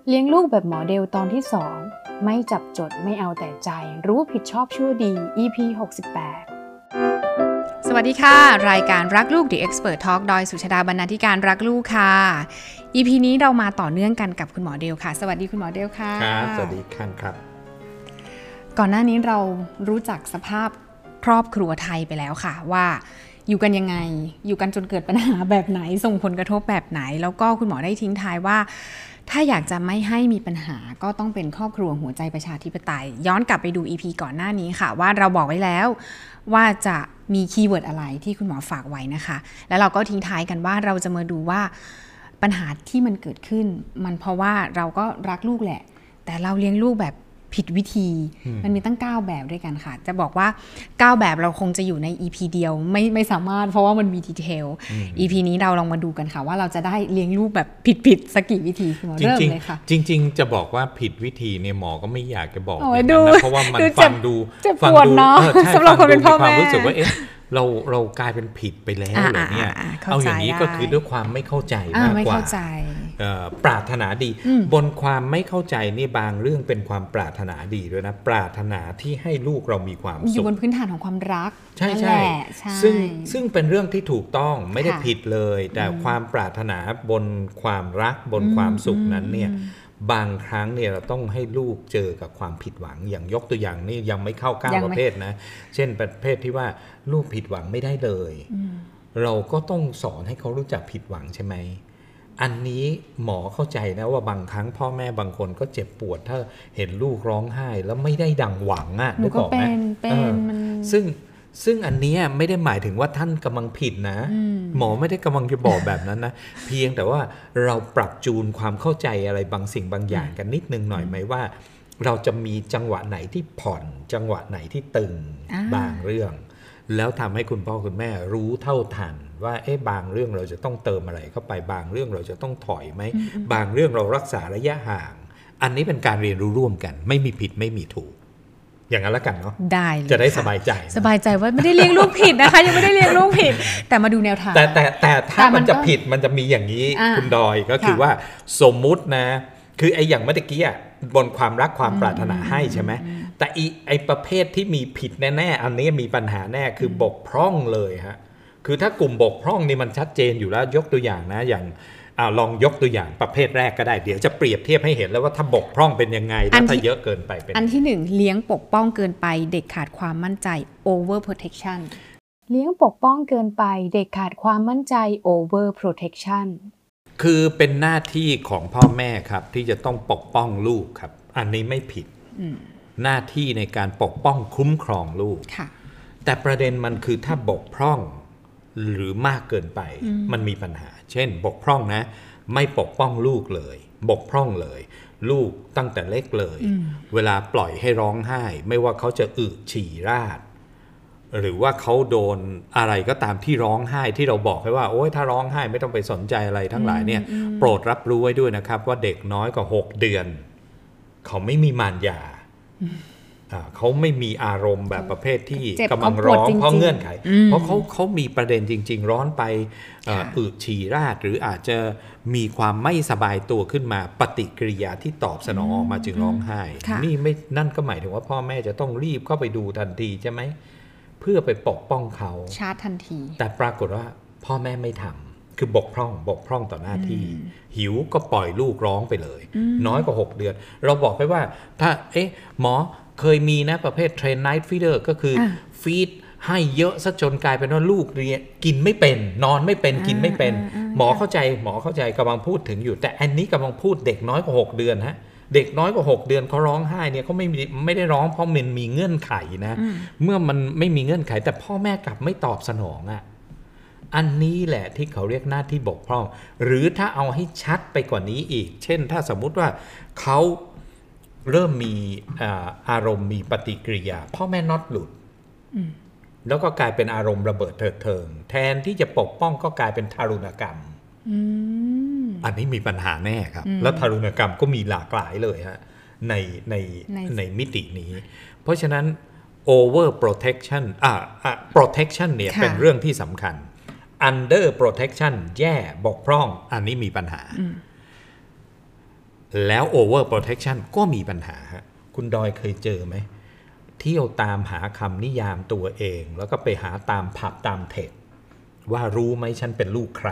เลี้ยงลูกแบบหมอเดลตอนที่ 2ไม่จับจดไม่เอาแต่ใจรู้ผิดชอบชั่วดี EP 68 สวัสดีค่ะรายการรักลูก The Expert Talk โดยสุชาดาบรรณาธิการรักลูกค่ะ EP นี้เรามาต่อเนื่องกันกับคุณหมอเดลค่ะสวัสดีคุณหมอเดลค่ะครับสวัสดีครับก่อนหน้านี้เรารู้จักสภาพครอบครัวไทยไปแล้วค่ะว่าอยู่กันยังไงอยู่กันจนเกิดปัญหาแบบไหนส่งผลกระทบแบบไหนแล้วก็คุณหมอได้ทิ้งท้ายว่าถ้าอยากจะไม่ให้มีปัญหาก็ต้องเป็นครอบครัวหัวใจประชาธิปไตยย้อนกลับไปดู EP ก่อนหน้านี้ค่ะว่าเราบอกไว้แล้วว่าจะมีคีย์เวิร์ดอะไรที่คุณหมอฝากไว้นะคะแล้วเราก็ทิ้งท้ายกันว่าเราจะมาดูว่าปัญหาที่มันเกิดขึ้นมันเพราะว่าเราก็รักลูกแหละแต่เราเลี้ยงลูกแบบผิดวิธีมันมีตั้ง9แบบด้วยกันค่ะจะบอกว่า9แบบเราคงจะอยู่ใน EP เดียวไม่สามารถเพราะว่ามันมีดีเทล EP นี้เราลองมาดูกันค่ะว่าเราจะได้เลี้ยงลูกแบบผิดสักกี่วิธีคุณหมอเริ่มเลยค่ะจริงๆจะบอกว่าผิดวิธีเนี่ยหมอก็ไม่อยากจะบอกอย่างนั้นนะเพราะว่ามันฟังดูสำหรับคนเป็นพ่อแม่ความรู้สึกว่าเรากลายเป็นผิดไปแล้วเหรอเนี่ยเอาอย่างนี้ก็คือด้วยความไม่เข้าใจมากกว่าปรารถนาดีบนความไม่เข้าใจนี่บางเรื่องเป็นความปรารถนาดีด้วยนะปรารถนาที่ให้ลูกเรามีความสุขอยู่บนพื้นฐานของความรักใช่ซึ่งเป็นเรื่องที่ถูกต้องไม่ได้ผิดเลยแต่ความปรารถนาบนความรักบนความสุขนั้นเนี่ยบางครั้งเนี่ยเราต้องให้ลูกเจอกับความผิดหวังอย่างยกตัวอย่างนี่ยังไม่เข้า9ประเภทนะเช่นประเภทที่ว่าลูกผิดหวังไม่ได้เลยเราก็ต้องสอนให้เขารู้จักผิดหวังใช่ไหมอันนี้หมอเข้าใจนะว่าบางครั้งพ่อแม่บางคนก็เจ็บปวดถ้าเห็นลูกร้องไห้แล้วไม่ได้ดังหวังอ่ะนึกออกไหมซึ่งอันนี้ไม่ได้หมายถึงว่าท่านกำลังผิดนะหมอไม่ได้กำลังจะบอกแบบนั้นนะเพียงแต่ว่าเราปรับจูนความเข้าใจอะไรบางสิ่งบางอย่างกันนิดนึงหน่อยไหมว่าเราจะมีจังหวะไหนที่ผ่อนจังหวะไหนที่ตึงบางเรื่องแล้วทำให้คุณพ่อคุณแม่รู้เท่าทันว่าบางเรื่องเราจะต้องเติมอะไรเข้าไปบางเรื่องเราจะต้องถอยไหมบางเรื่องเรารักษาระยะห่างอันนี้เป็นการเรียนรู้ร่วมกันไม่มีผิดไม่มีถูกอย่างนั้นละกันเนาะได้จะได้สบายใจว่าไม่ได้เลี้ยงลูกผิดนะคะยังไม่ได้เลี้ยงลูกผิดแต่มาดูแนวทางแต่ถ้ามันจะผิดมันจะมีอย่างนี้คุณดอยก็คือว่าสมมุตินะคืออย่างเมื่อกี้บนความรักความปรารถนาให้ใช่ไหมแต่ไอประเภทที่มีผิดแน่ๆอันนี้มีปัญหาแน่คือบกพร่องเลยฮะคือถ้ากลุ่มบกพร่องนี่มันชัดเจนอยู่แล้วยกตัวอย่างนะอย่างลองยกตัวอย่างประเภทแรกก็ได้เดี๋ยวจะเปรียบเทียบให้เห็นแล้วว่าถ้าบกพร่องเป็นยังไงแล้วถ้าเยอะเกินไปเป็นอันที่1เลี้ยงปกป้องเกินไปเด็กขาดความมั่นใจ over protection เลี้ยงปกป้องเกินไปเด็กขาดความมั่นใจ over protection คือเป็นหน้าที่ของพ่อแม่ครับที่จะต้องปกป้องลูกครับอันนี้ไม่ผิดหน้าที่ในการปกป้องคุ้มครองลูกแต่ประเด็นมันคือถ้าบกพร่องหรือมากเกินไปมันมีปัญหาเช่นบกพร่องนะไม่ปกป้องลูกเลยบกพร่องเลยลูกตั้งแต่เล็กเลยเวลาปล่อยให้ร้องไห้ไม่ว่าเขาจะอึฉี่ราดหรือว่าเขาโดนอะไรก็ตามที่ร้องไห้ที่เราบอกให้ว่าโอ๊ยถ้าร้องไห้ไม่ต้องไปสนใจอะไรทั้งหลายเนี่ยโปรดรับรู้ไว้ด้วยนะครับว่าเด็กน้อยกว่า6 เดือนเขาไม่มีมารยาเขาไม่มีอารมณ์แบบประเภทที่กำลังร้องเพราะเงื่อนไขเพราะเขามีประเด็นจริงๆร้อนไปอึฉี่ราดหรืออาจจะมีความไม่สบายตัวขึ้นมาปฏิกิริยาที่ตอบสนองออกมาจึงร้องไห้นี่ไม่นั่นก็หมายถึงว่าพ่อแม่จะต้องรีบเข้าไปดูทันทีใช่ไหมเพื่อไปปกป้องเขาชาร์จทันทีแต่ปรากฏว่าพ่อแม่ไม่ทำคือบกพร่องต่อหน้าที่หิวก็ปล่อยลูกร้องไปเลยน้อยกว่า6 เดือนเราบอกไปว่าถ้าหมอเคยมีนะประเภทเทรนไนท์ฟีเดอร์ก็คือฟีดให้เยอะซะจนกลายเป็นว่าลูกเรียนกินไม่เป็นนอนไม่เป็นกินไม่เป็นหมอเข้าใจกำลังพูดถึงอยู่แต่อันนี้กำลังพูดเด็กน้อยกว่า6 เดือนฮะเด็กน้อยกว่า6 เดือนเขาร้องไห้เนี่ยเขาไม่ได้ร้องเพราะมันมีเงื่อนไขนะเมื่อมันไม่มีเงื่อนไขแต่พ่อแม่กลับไม่ตอบสนองอันนี้แหละที่เขาเรียกหน้าที่บกพร่องหรือถ้าเอาให้ชัดไปกว่านี้อีกเช่นถ้าสมมุติว่าเขาเริ่มมีอารมณ์มีปฏิกิริยาพ่อแม่น็อตหลุดแล้วก็กลายเป็นอารมณ์ระเบิดเถิดเทิงแทนที่จะปกป้องก็กลายเป็นทารุณกรรมอันนี้มีปัญหาแน่ครับแล้วทารุณกรรมก็มีหลากหลายเลยฮะในมิตินี้เพราะฉะนั้น over protection protection เนี่ยเป็นเรื่องที่สำคัญ under protection แย่บกพร่องอันนี้มีปัญหาแล้ว over protection ก็มีปัญหาฮะคุณดอยเคยเจอไหมเที่ยวตามหาคำนิยามตัวเองแล้วก็ไปหาตามผับตามเทคว่ารู้ไหมฉันเป็นลูกใคร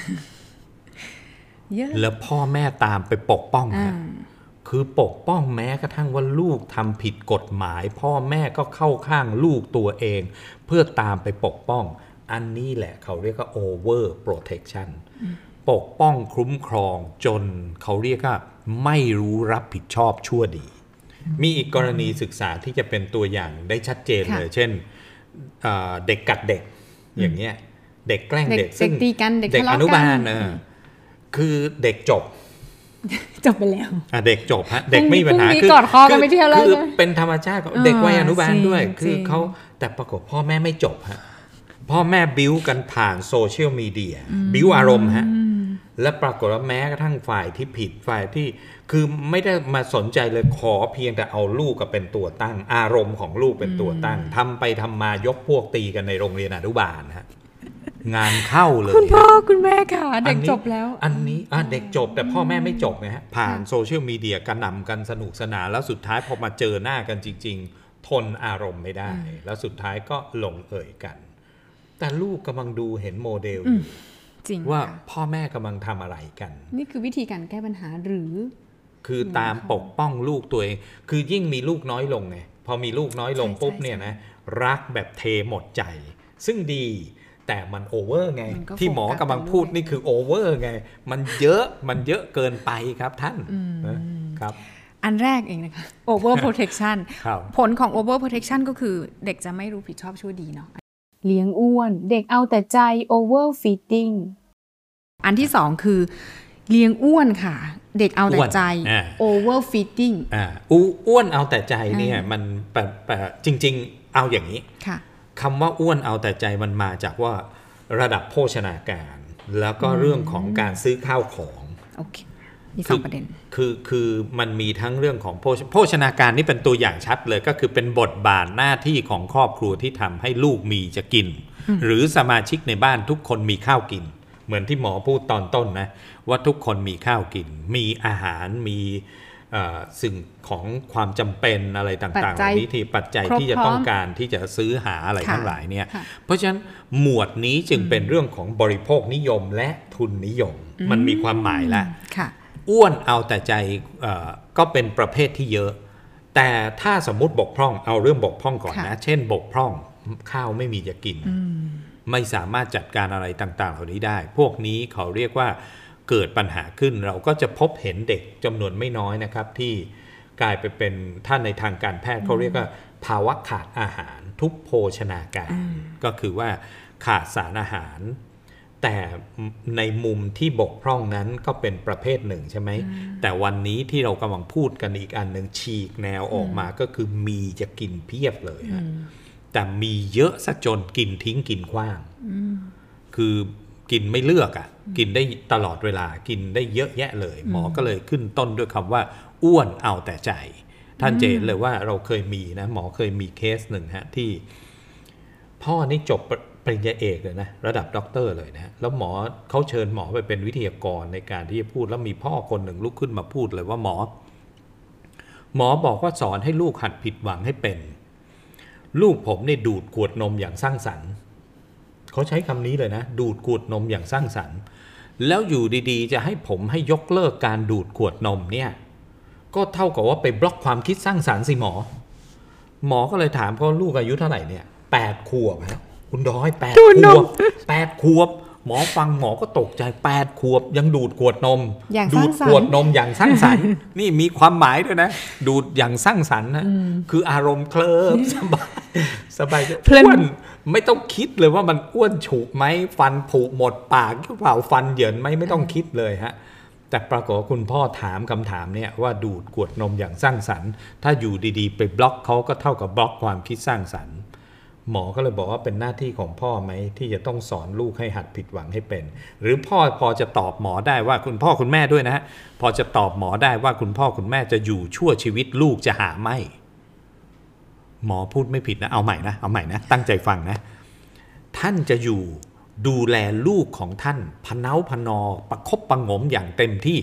เยอะแล้วพ่อแม่ตามไปปกป้องฮะคือปกป้องแม้กระทั่งว่าลูกทำผิดกฎหมายพ่อแม่ก็เข้าข้างลูกตัวเองเพื่อตามไปปกป้องอันนี้แหละเขาเรียกว่า over protection ปกป้องคุ้มครองจนเขาเรียกว่าไม่รู้รับผิดชอบชั่วดีมีอีกกรณีศึกษาที่จะเป็นตัวอย่างได้ชัดเจนเลยเช่นเด็กกัดเด็กอย่างเงี้ยเด็กแกล้งเด็กซึ่งตีกันเด็กอนุบาลคือเด็กจบไปแล้วเด็กจบฮะเด็กไม่มีปัญหาคือกอดคอกันไปเที่ยวแล้วเป็นธรรมชาติของเด็กวัยอนุบาลด้วยคือเขาแต่ปรากฏพ่อแม่ไม่จบฮะพ่อแม่บิ้วกันผ่านโซเชียลมีเดียบิ้วอารมณ์ฮะและปรากฏว่าแม้กระทั่งฝ่ายที่ผิดฝ่ายที่คือไม่ได้มาสนใจเลยขอเพียงแต่เอาลูกกับเป็นตัวตั้งอารมณ์ของลูกเป็นตัวตั้งทำไปทำมายกพวกตีกันในโรงเรียนอนุบาลฮะงานเข้าเลยคุณพ่อคุณแม่ค่ะเด็กจบแล้วอันนี้เด็กจบแต่พ่อแม่ไม่จบไงฮะผ่านโซเชียลมีเดียกระหน่ำกันสนุกสนานแล้วสุดท้ายพอมาเจอหน้ากันจริงๆทนอารมณ์ไม่ได้แล้วสุดท้ายก็ลงเอ่ยกันแต่ลูกกำลังดูเห็นโมเดลอยู่ว่าพ่อแม่กำลังทำอะไรกันนี่คือวิธีการแก้ปัญหาหรือคือตามปกป้องลูกตัวเองคือยิ่งมีลูกน้อยลงไงพอมีลูกน้อยลงปุ๊บเนี่ยนะรักแบบเทหมดใจซึ่งดีแต่มันโอเวอร์ไงที่หมอกำลังพูดนี่คือโอเวอร์ไงมันเยอะเกินไปครับท่านครับอันแรกเองนะคะ over protection ผลของ over protection ก็คือเด็กจะไม่รู้ผิดชอบชั่วดีเนาะเลี้ยงอ้วนเด็กเอาแต่ใจ over feeding อันที่สองคือเลี้ยงอ้วนค่ะเด็กเอาแต่ใจ over feeding อ้วนเอาแต่ใจเนี่ยมันจริงๆเอาอย่างนี้คำว่าอ้วนเอาแต่ใจมันมาจากว่าระดับโภชนาการแล้วก็เรื่องของการซื้อข้าวของโอเคมีสองประเด็นคือมันมีทั้งเรื่องของโภชนาการนี่เป็นตัวอย่างชัดเลยก็คือเป็นบทบาทหน้าที่ของครอบครัวที่ทำให้ลูกมีจะกินหรือสมาชิกในบ้านทุกคนมีข้าวกินเหมือนที่หมอพูดตอนต้นนะว่าทุกคนมีข้าวกินมีอาหารมีสิ่งของความจำเป็นอะไรต่างๆเหล่านี้ที่ปัจจัยที่จะต้องการที่จะซื้อหาอะไรทั้งหลายเนี่ยเพราะฉะนั้นหมวดนี้จึงเป็นเรื่องของบริโภคนิยมและทุนนิยมมันมีความหมายแล้วอ้วนเอาแต่ใจก็เป็นประเภทที่เยอะแต่ถ้าสมมุติบกพร่องเอาเรื่องบกพร่องก่อนนะเช่นบกพร่องข้าวไม่มีจะกินไม่สามารถจัดการอะไรต่างๆเหล่านี้ได้พวกนี้เขาเรียกว่าเกิดปัญหาขึ้นเราก็จะพบเห็นเด็กจำนวนไม่น้อยนะครับที่กลายไปเป็นท่านในทางการแพทย์เขาเรียกว่าภาวะขาดอาหารทุพโภชนาการก็คือว่าขาดสารอาหารแต่ในมุมที่บกพร่องนั้นก็เป็นประเภทหนึ่งใช่ไหมแต่วันนี้ที่เรากำลังพูดกันอีกอันหนึ่งฉีกแนวออกมาก็คือมีจะกินเพียบเลยแต่มีเยอะซะจนกินทิ้งกินขว้างคือกินไม่เลือกกินได้ตลอดเวลากินได้เยอะแยะเลยหมอก็เลยขึ้นต้นด้วยคำว่าอ้วนเอาแต่ใจท่านเจนเลยว่าเราเคยมีนะหมอเคยมีเคสหนึ่งฮะที่พ่อนี่จบปริญญาเอกเลยนะระดับด็อกเตอร์เลยนะแล้วหมอเขาเชิญหมอไปเป็นวิทยากรในการที่จะพูดแล้วมีพ่อคนหนึ่งลุกขึ้นมาพูดเลยว่าหมอบอกว่าสอนให้ลูกหัดผิดหวังให้เป็นลูกผมเนี่ยดูดขวดนมอย่างสร้างสรรค์เขาใช้คำนี้เลยนะดูดขวดนมอย่างสร้างสรรค์แล้วอยู่ดีๆจะให้ผมให้ยกเลิกการดูดขวดนมเนี่ยก็เท่ากับว่าไปบล็อกความคิดสร้างสรรค์สิหมอก็เลยถามเขาลูกอายุเท่าไหร่เนี่ย8 ขวบฮะคุณดอย8 ขวบหมอฟังหมอก็ตกใจ8 ขวบยังดูดขวดนมดูดขวดนมอย่างสร้างสรรค์นี่มีความหมายด้วยนะดูดอย่างสร้างสรรค์นะคืออารมณ์เคลิ้มสบายอ้วนไม่ต้องคิดเลยว่ามันอ้วนฉุไหมฟันผุหมดปากหรือเปล่าฟันเหยินไหมไม่ต้องคิดเลยฮะแต่ปรากฏว่าคุณพ่อถามคำถามเนี่ยว่าดูดขวดนมอย่างสร้างสรรค์ถ้าอยู่ดีๆไปบล็อกเขาก็เท่ากับบล็อกความคิดสร้างสรรค์หมอก็เลยบอกว่าเป็นหน้าที่ของพ่อไหมที่จะต้องสอนลูกให้หัดผิดหวังให้เป็นหรือพ่อพอจะตอบหมอได้ว่าคุณพ่อคุณแม่ด้วยนะฮะพอจะตอบหมอได้ว่าคุณพ่อคุณแม่จะอยู่ชั่วชีวิตลูกจะหาไม่หมอพูดไม่ผิดนะเอาใหม่นะตั้งใจฟังนะท่านจะอยู่ดูแลลูกของท่านพะเนาพะนอประคบประงมอย่างเต็มที่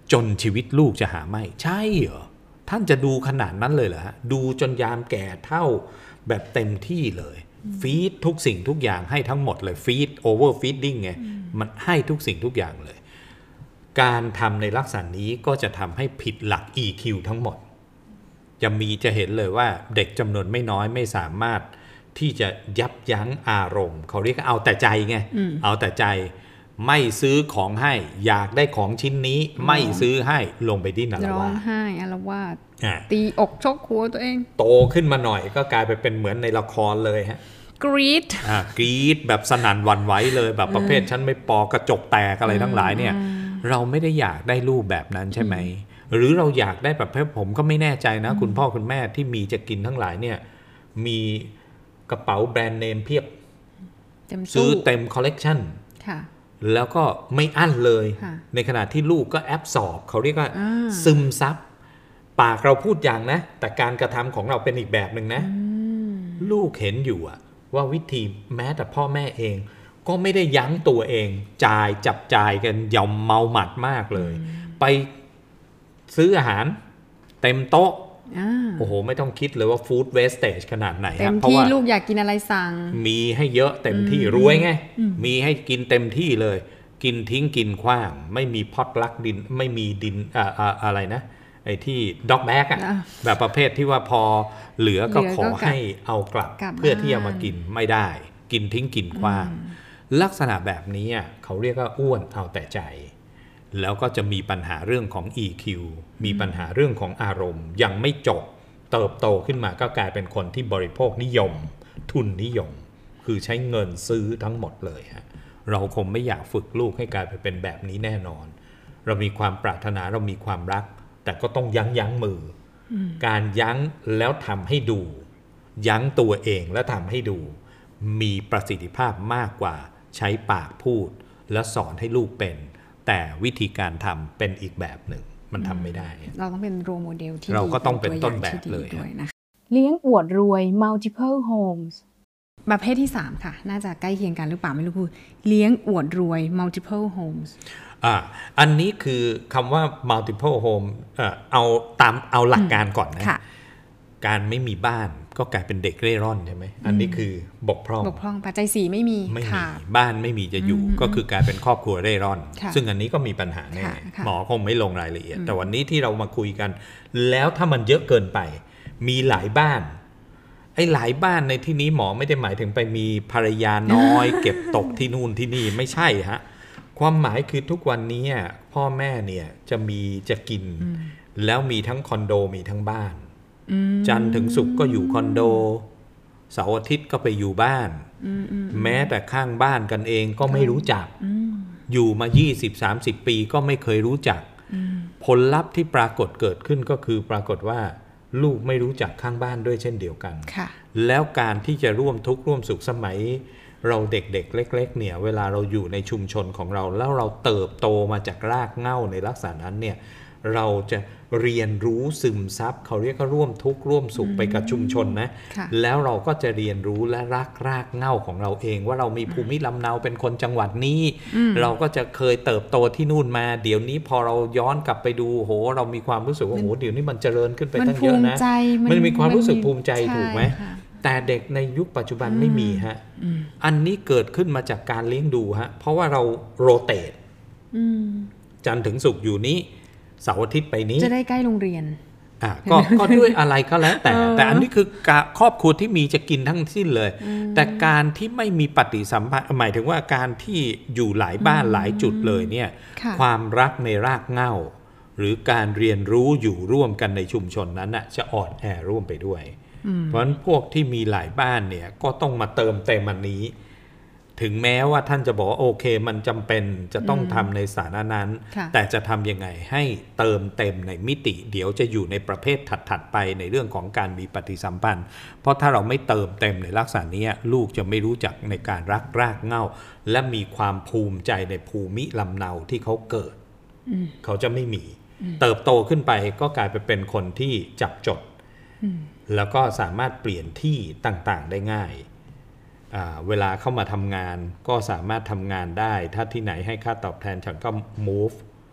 จนชีวิตลูกจะหาไม่ใช่เหรอท่านจะดูขนาดนั้นเลยเหรอฮะดูจนยามแก่เท่าแบบเต็มที่เลยฟีดทุกสิ่งทุกอย่างให้ทั้งหมดเลยฟีดโอเวอร์ฟีดดิ้งไงมันให้ทุกสิ่งทุกอย่างเลยการทำในลักษณะนี้ก็จะทำให้ผิดหลัก EQ ทั้งหมดจะเห็นเลยว่าเด็กจำนวนไม่น้อยไม่สามารถที่จะยับยั้งอารมณ์เขาเรียกเอาแต่ใจไงเอาแต่ใจไม่ซื้อของให้อยากได้ของชิ้นนี้ไม่ซื้อให้ลงไปดิ้นอาละวาดร้องไห้อาละวาดตีอกชกหัวตัวเองโตขึ้นมาหน่อยก็กลายไปเป็นเหมือนในละครเลยฮะกรี๊ดกรี๊ดแบบสนั่นหวั่นไหวเลยแบบประเภทฉันไม่ปอกระจกแตกอะไรทั้งหลายเนี่ยเราไม่ได้อยากได้รูปแบบนั้นใช่ไหมหรือเราอยากได้แบบผมก็ไม่แน่ใจนะคุณพ่อคุณแม่ที่มีจะกินทั้งหลายเนี่ยมีกระเป๋าแบรนด์เนมเพียบซื้อเต็มคอลเลกชันแล้วก็ไม่อั้นเลยในขณะที่ลูกก็แอบสอบเขาเรียกว่าซึมซับปากเราพูดอย่างนะแต่การกระทำของเราเป็นอีกแบบหนึ่งนะลูกเห็นอยู่ว่าวิธีแม้แต่พ่อแม่เองก็ไม่ได้ยั้งตัวเองจับจ่ายกันยอมเมาหมัดมากเลยไปซื้ออาหารเต็มโต๊ะโอ้โหไม่ต้องคิดเลยว่าฟู้ดเวสเทจขนาดไหนเต็มที่ลูกอยากกินอะไรสั่งมีให้เยอะเต็มที่รวยไงมีให้กินเต็มที่เลยกินทิ้งกินขว้างไม่มีพอตลักดินไม่มีดินอะไรนะไอ้ที่ด็อกแบ็กแบบประเภทที่ว่าพอเหลือก็ขอให้เอากลับเพื่อที่จะมากินไม่ได้กินทิ้งกินขว้างลักษณะแบบนี้เขาเรียกว่าอ้วนเอาแต่ใจแล้วก็จะมีปัญหาเรื่องของ EQ มีปัญหาเรื่องของอารมณ์ยังไม่จบเติบโตขึ้นมาก็กลายเป็นคนที่บริโภคนิยมทุนนิยมคือใช้เงินซื้อทั้งหมดเลยฮะเราคงไม่อยากฝึกลูกให้กลายไปเป็นแบบนี้แน่นอนเรามีความปรารถนาเรามีความรักแต่ก็ต้องยั้งมือการยั้งแล้วทำให้ดูยั้งตัวเองแล้วทำให้ดูมีประสิทธิภาพมากกว่าใช้ปากพูดและสอนให้ลูกเป็นแต่วิธีการทำเป็นอีกแบบหนึ่งมันทำไม่ได้เราต้องเป็นโรลโมเดลที่เราก็ต้องเป็นต้นแบบเลยนะเลี้ยงอวดรวย multiple homes ประเภทที่3ค่ะน่าจะใกล้เคียงกันหรือเปล่าไม่รู้คือเลี้ยงอวดรวย multiple homes อันนี้คือคำว่า multiple home เอาหลักการก่อนนะการไม่มีบ้านก็กลายเป็นเด็กเร่ร่อนใช่ไหมอันนี้คือบกพร่องปัจจัย4ไม่มีบ้านไม่มีจะอยู่ก็คือกลายเป็นครอบครัวเร่ร่อนซึ่งอันนี้ก็มีปัญหาแน่หมอคงไม่ลงรายละเอียดแต่วันนี้ที่เรามาคุยกันแล้วถ้ามันเยอะเกินไปมีหลายบ้านไอ้หลายบ้านในที่นี้หมอไม่ได้หมายถึงไปมีภรรยาน้อย เก็บตกที่นู่นที่นี่ไม่ใช่ฮะความหมายคือทุกวันนี้พ่อแม่เนี่ยจะกินแล้วมีทั้งคอนโดมีทั้งบ้านจันทร์ถึงศุกร์ก็อยู่คอนโดเสาร์อาทิตย์ก็ไปอยู่บ้านแม้แต่ข้างบ้านกันเองก็ไม่รู้จักอยู่มา 20-30 ปีก็ไม่เคยรู้จักผลลัพธ์ที่ปรากฏเกิดขึ้นก็คือปรากฏว่าลูกไม่รู้จักข้างบ้านด้วยเช่นเดียวกันแล้วการที่จะร่วมทุกข์ร่วมสุขสมัยเราเด็กๆเล็กๆเนี่ยเวลาเราอยู่ในชุมชนของเราแล้วเราเติบโตมาจากรากเหง้าในลักษณะนั้นเนี่ยเราจะเรียนรู้ซึมซับเขาเรียกว่าร่วมทุกข์ร่วมสุขไปกับชุมชนนะแล้วเราก็จะเรียนรู้และรักรากเหง้าของเราเองว่าเรามีภูมิลำเนาเป็นคนจังหวัดนี้เราก็จะเคยเติบโตที่นู่นมาเดี๋ยวนี้พอเราย้อนกลับไปดูโหเรามีความรู้สึกว่าโหเดี๋ยวนี้มันเจริญขึ้นไปตั้งเยอะนะมันมีความรู้สึกภูมิใจถูกไหมแต่เด็กในยุคปัจจุบันไม่มีฮะอันนี้เกิดขึ้นมาจากการเลี้ยงดูฮะเพราะว่าเราโรเตทจันทร์ถึงศุกร์อยู่นี้เสาร์อาทิตย์ไปนี้จะได้ใกล้โรงเรียนก็ด้วยอะไรก็แล้วแต่อันนี้คือครอบครัวที่มีจะกินทั้งสิ้นเลยแต่การที่ไม่มีปฏิสัมพันธ์หมายถึงว่าการที่อยู่หลายบ้านหลายจุดเลยเนี่ยความรักในรากเหง้าหรือการเรียนรู้อยู่ร่วมกันในชุมชนนั้นจะอ่อนแอร่วมไปด้วยเพราะฉะนั้นพวกที่มีหลายบ้านเนี่ยก็ต้องมาเติมเต็มอันนี้ถึงแม้ว่าท่านจะบอกว่าโอเคมันจำเป็นจะต้องทำในสถานะนั้นแต่จะทำยังไงให้เติมเต็มในมิติเดี๋ยวจะอยู่ในประเภทถัดๆไปในเรื่องของการมีปฏิสัมพันธ์เพราะถ้าเราไม่เติมเต็มในลักษณะนี้ลูกจะไม่รู้จักในการรักรากเหง้าและมีความภูมิใจในภูมิลำเนาที่เขาเกิดเขาจะไม่มีเติบโตขึ้นไปก็กลายไปเป็นคนที่จับจดแล้วก็สามารถเปลี่ยนที่ต่างๆได้ง่ายเวลาเข้ามาทำงานก็สามารถทำงานได้ถ้าที่ไหนให้ค่าตอบแทนฉันก็ move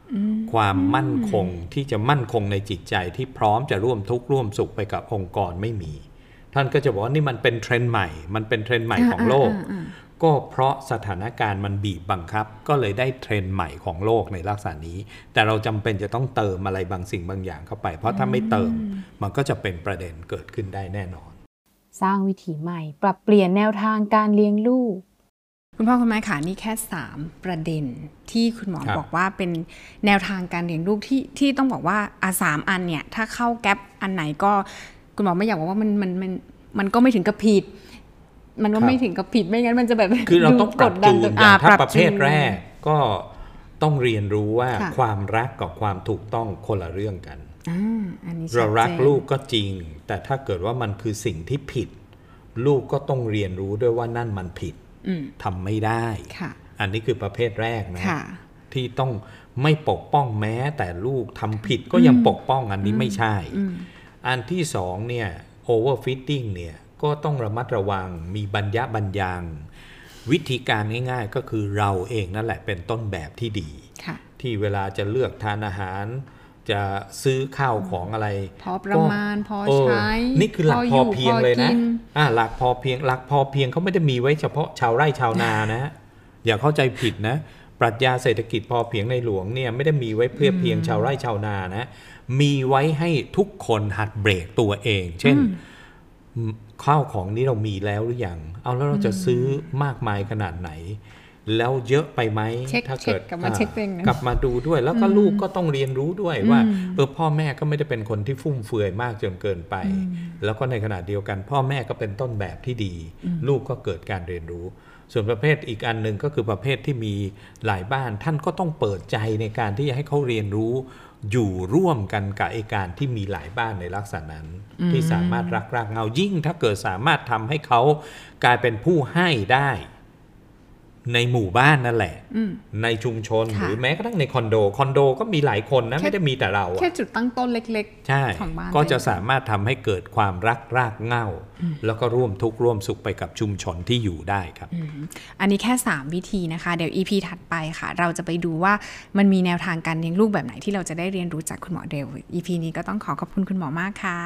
ความมั่นคงที่จะมั่นคงในจิตใจที่พร้อมจะร่วมทุกข์ร่วมสุขไปกับองค์กรไม่มีท่านก็จะบอกว่านี่มันเป็นเทรนด์ใหม่มันเป็นเทรนด์ใหม่ของโลกก็เพราะสถานการณ์มันบีบบังคับก็เลยได้เทรนด์ใหม่ของโลกในลักษณะนี้แต่เราจำเป็นจะต้องเติมอะไรบางสิ่งบางอย่างเข้าไปเพราะถ้าไม่เติมมันก็จะเป็นประเด็นเกิดขึ้นได้แน่นอนสร้างวิถีใหม่ปรับเปลี่ยนแนวทางการเลี้ยงลูกคุณพ่อคุณแม่ค่ะนี่แค่3ประเด็นที่คุณหมอบอกว่าเป็นแนวทางการเลี้ยงลูกที่ต้องบอกว่า3อันเนี่ยถ้าเข้าแก๊ปอันไหนก็คุณหมอไม่อยากบอกว่ามันก็ไม่ถึงกับผิดมันก็ไม่ถึงกับผิดไม่งั้นมันจะแบบคือเราต้องปรับจูนอย่างถ้าประเภทแรกก็ต้องเรียนรู้ว่าความรักกับความถูกต้องคนละเรื่องกันเรารักลูกก็จริงแต่ถ้าเกิดว่ามันคือสิ่งที่ผิดลูกก็ต้องเรียนรู้ด้วยว่านั่นมันผิดทำไม่ได้อันนี้คือประเภทแรกนะที่ต้องไม่ปกป้องแม้แต่ลูกทำผิดก็ยังปกป้องอันนี้ไม่ใช่อันที่สองเนี่ย overfeeding เนี่ยก็ต้องระมัดระวังมีบรรยางวิธีการง่ายๆก็คือเราเองนั่นแหละเป็นต้นแบบที่ดีที่เวลาจะเลือกทานอาหารจะซื้อข้าวของอะไรพอประมาณพอใช้นี่คือหลักพอเพียงเลยนะหลักพอเพียงเขาไม่ได้มีไว้เฉพาะชาวไร่ชาวนานะอย่าเข้าใจผิดนะปรัชญาเศรษฐกิจพอเพียงในหลวงเนี่ยไม่ได้มีไว้เพื่อเพียงชาวไร่ชาวนานะมีไว้ให้ทุกคนหัดเบรกตัวเองเช่นข้าวของนี้เรามีแล้วหรือยังเอาแล้วเราจะซื้อมากมายขนาดไหนแล้วเยอะไปไหมถ้าเกิดกลับมาดูด้วยแล้วก็ลูกก็ต้องเรียนรู้ด้วยว่าพ่อแม่ก็ไม่ได้เป็นคนที่ฟุ่มเฟือยมากจนเกินไปแล้วก็ในขณะเดียวกันพ่อแม่ก็เป็นต้นแบบที่ดีลูกก็เกิดการเรียนรู้ส่วนประเภทอีกอันหนึ่งก็คือประเภทที่มีหลายบ้านท่านก็ต้องเปิดใจในการที่จะให้เขาเรียนรู้อยู่ร่วมกันกับไอ้การที่มีหลายบ้านในลักษณะนั้นที่สามารถรักรากเหง้ายิ่งถ้าเกิดสามารถทำให้เขากลายเป็นผู้ให้ได้ในหมู่บ้านนั่นแหละในชุมชนหรือแม้กระทั่งในคอนโดก็มีหลายคนนะไม่ได้มีแต่เราแค่จุดตั้งต้นเล็กๆของบ้านก็จะสามารถทำให้เกิดความรักรากเหง้าแล้วก็ร่วมทุกข์ร่วมสุขไปกับชุมชนที่อยู่ได้ครับอันนี้แค่3วิธีนะคะเดี๋ยว EP ถัดไปค่ะเราจะไปดูว่ามันมีแนวทางการเลี้ยงลูกแบบไหนที่เราจะได้เรียนรู้จากคุณหมอเดล EP นี้ก็ต้องขอบคุณคุณหมอมากค่ะ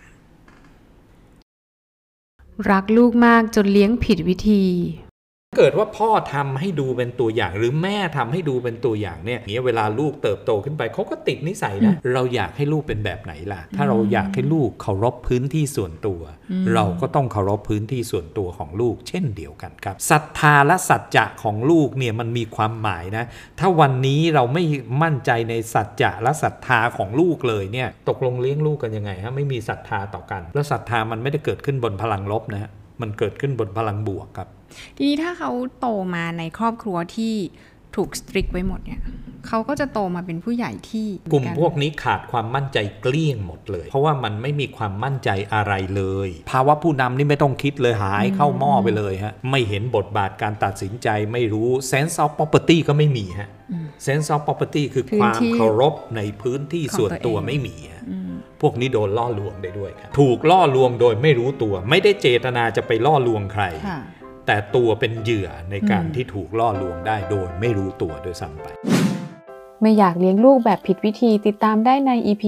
รักลูกมากจนเลี้ยงผิดวิธีเกิดว่าพ่อทำให้ดูเป็นตัวอย่างหรือแม่ทำให้ดูเป็นตัวอย่างเนี่ยเวลาลูกเติบโตขึ้นไปเขาก็ติดนิสัยนะเราอยากให้ลูกเป็นแบบไหนล่ะถ้าเราอยากให้ลูกเคารพพื้นที่ส่วนตัวเราก็ต้องเคารพพื้นที่ส่วนตัวของลูกเช่นเดียวกันครับศรัทธาและสัจจะของลูกเนี่ยมันมีความหมายนะถ้าวันนี้เราไม่มั่นใจในสัจจะและศรัทธาของลูกเลยเนี่ยตกลงเลี้ยงลูกกันยังไงฮะไม่มีศรัทธาต่อกันแล้วศรัทธามันไม่ได้เกิดขึ้นบนพลังลบนะฮะมันเกิดขึ้นบนพลังบวกครับทีนี้ถ้าเขาโตมาในครอบครัวที่ถูกสตริกไว้หมดเนี่ยเขาก็จะโตมาเป็นผู้ใหญ่ที่กลุ่มพวกนี้ขาดความมั่นใจเกลี้ยงหมดเลยเพราะว่ามันไม่มีความมั่นใจอะไรเลยภาวะผู้นำนี่ไม่ต้องคิดเลยหายเข้าหม้อไปเลยฮะไม่เห็นบทบาทการตัดสินใจไม่รู้ sense of property ก็ไม่มีฮะ sense of property คือความเคารพในพื้นที่ส่วนตัวไม่มีพวกนี้โดนล่อลวงได้ด้วยครับถูกล่อลวงโดยไม่รู้ตัวไม่ได้เจตนาจะไปล่อลวงใครแต่ตัวเป็นเหยื่อในการที่ถูกล่อลวงได้โดยไม่รู้ตัวโดยซ้ำไปไม่อยากเลี้ยงลูกแบบผิดวิธีติดตามได้ใน EP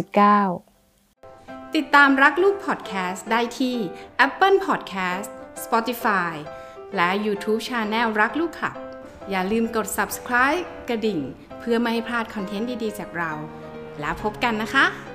69 ติดตามรักลูกพอดแคสต์ได้ที่ Apple Podcast Spotify และ YouTube Channel รักลูกค่ะอย่าลืมกด Subscribe กระดิ่งเพื่อไม่ให้พลาดคอนเทนต์ดีๆจากเราแล้วพบกันนะคะ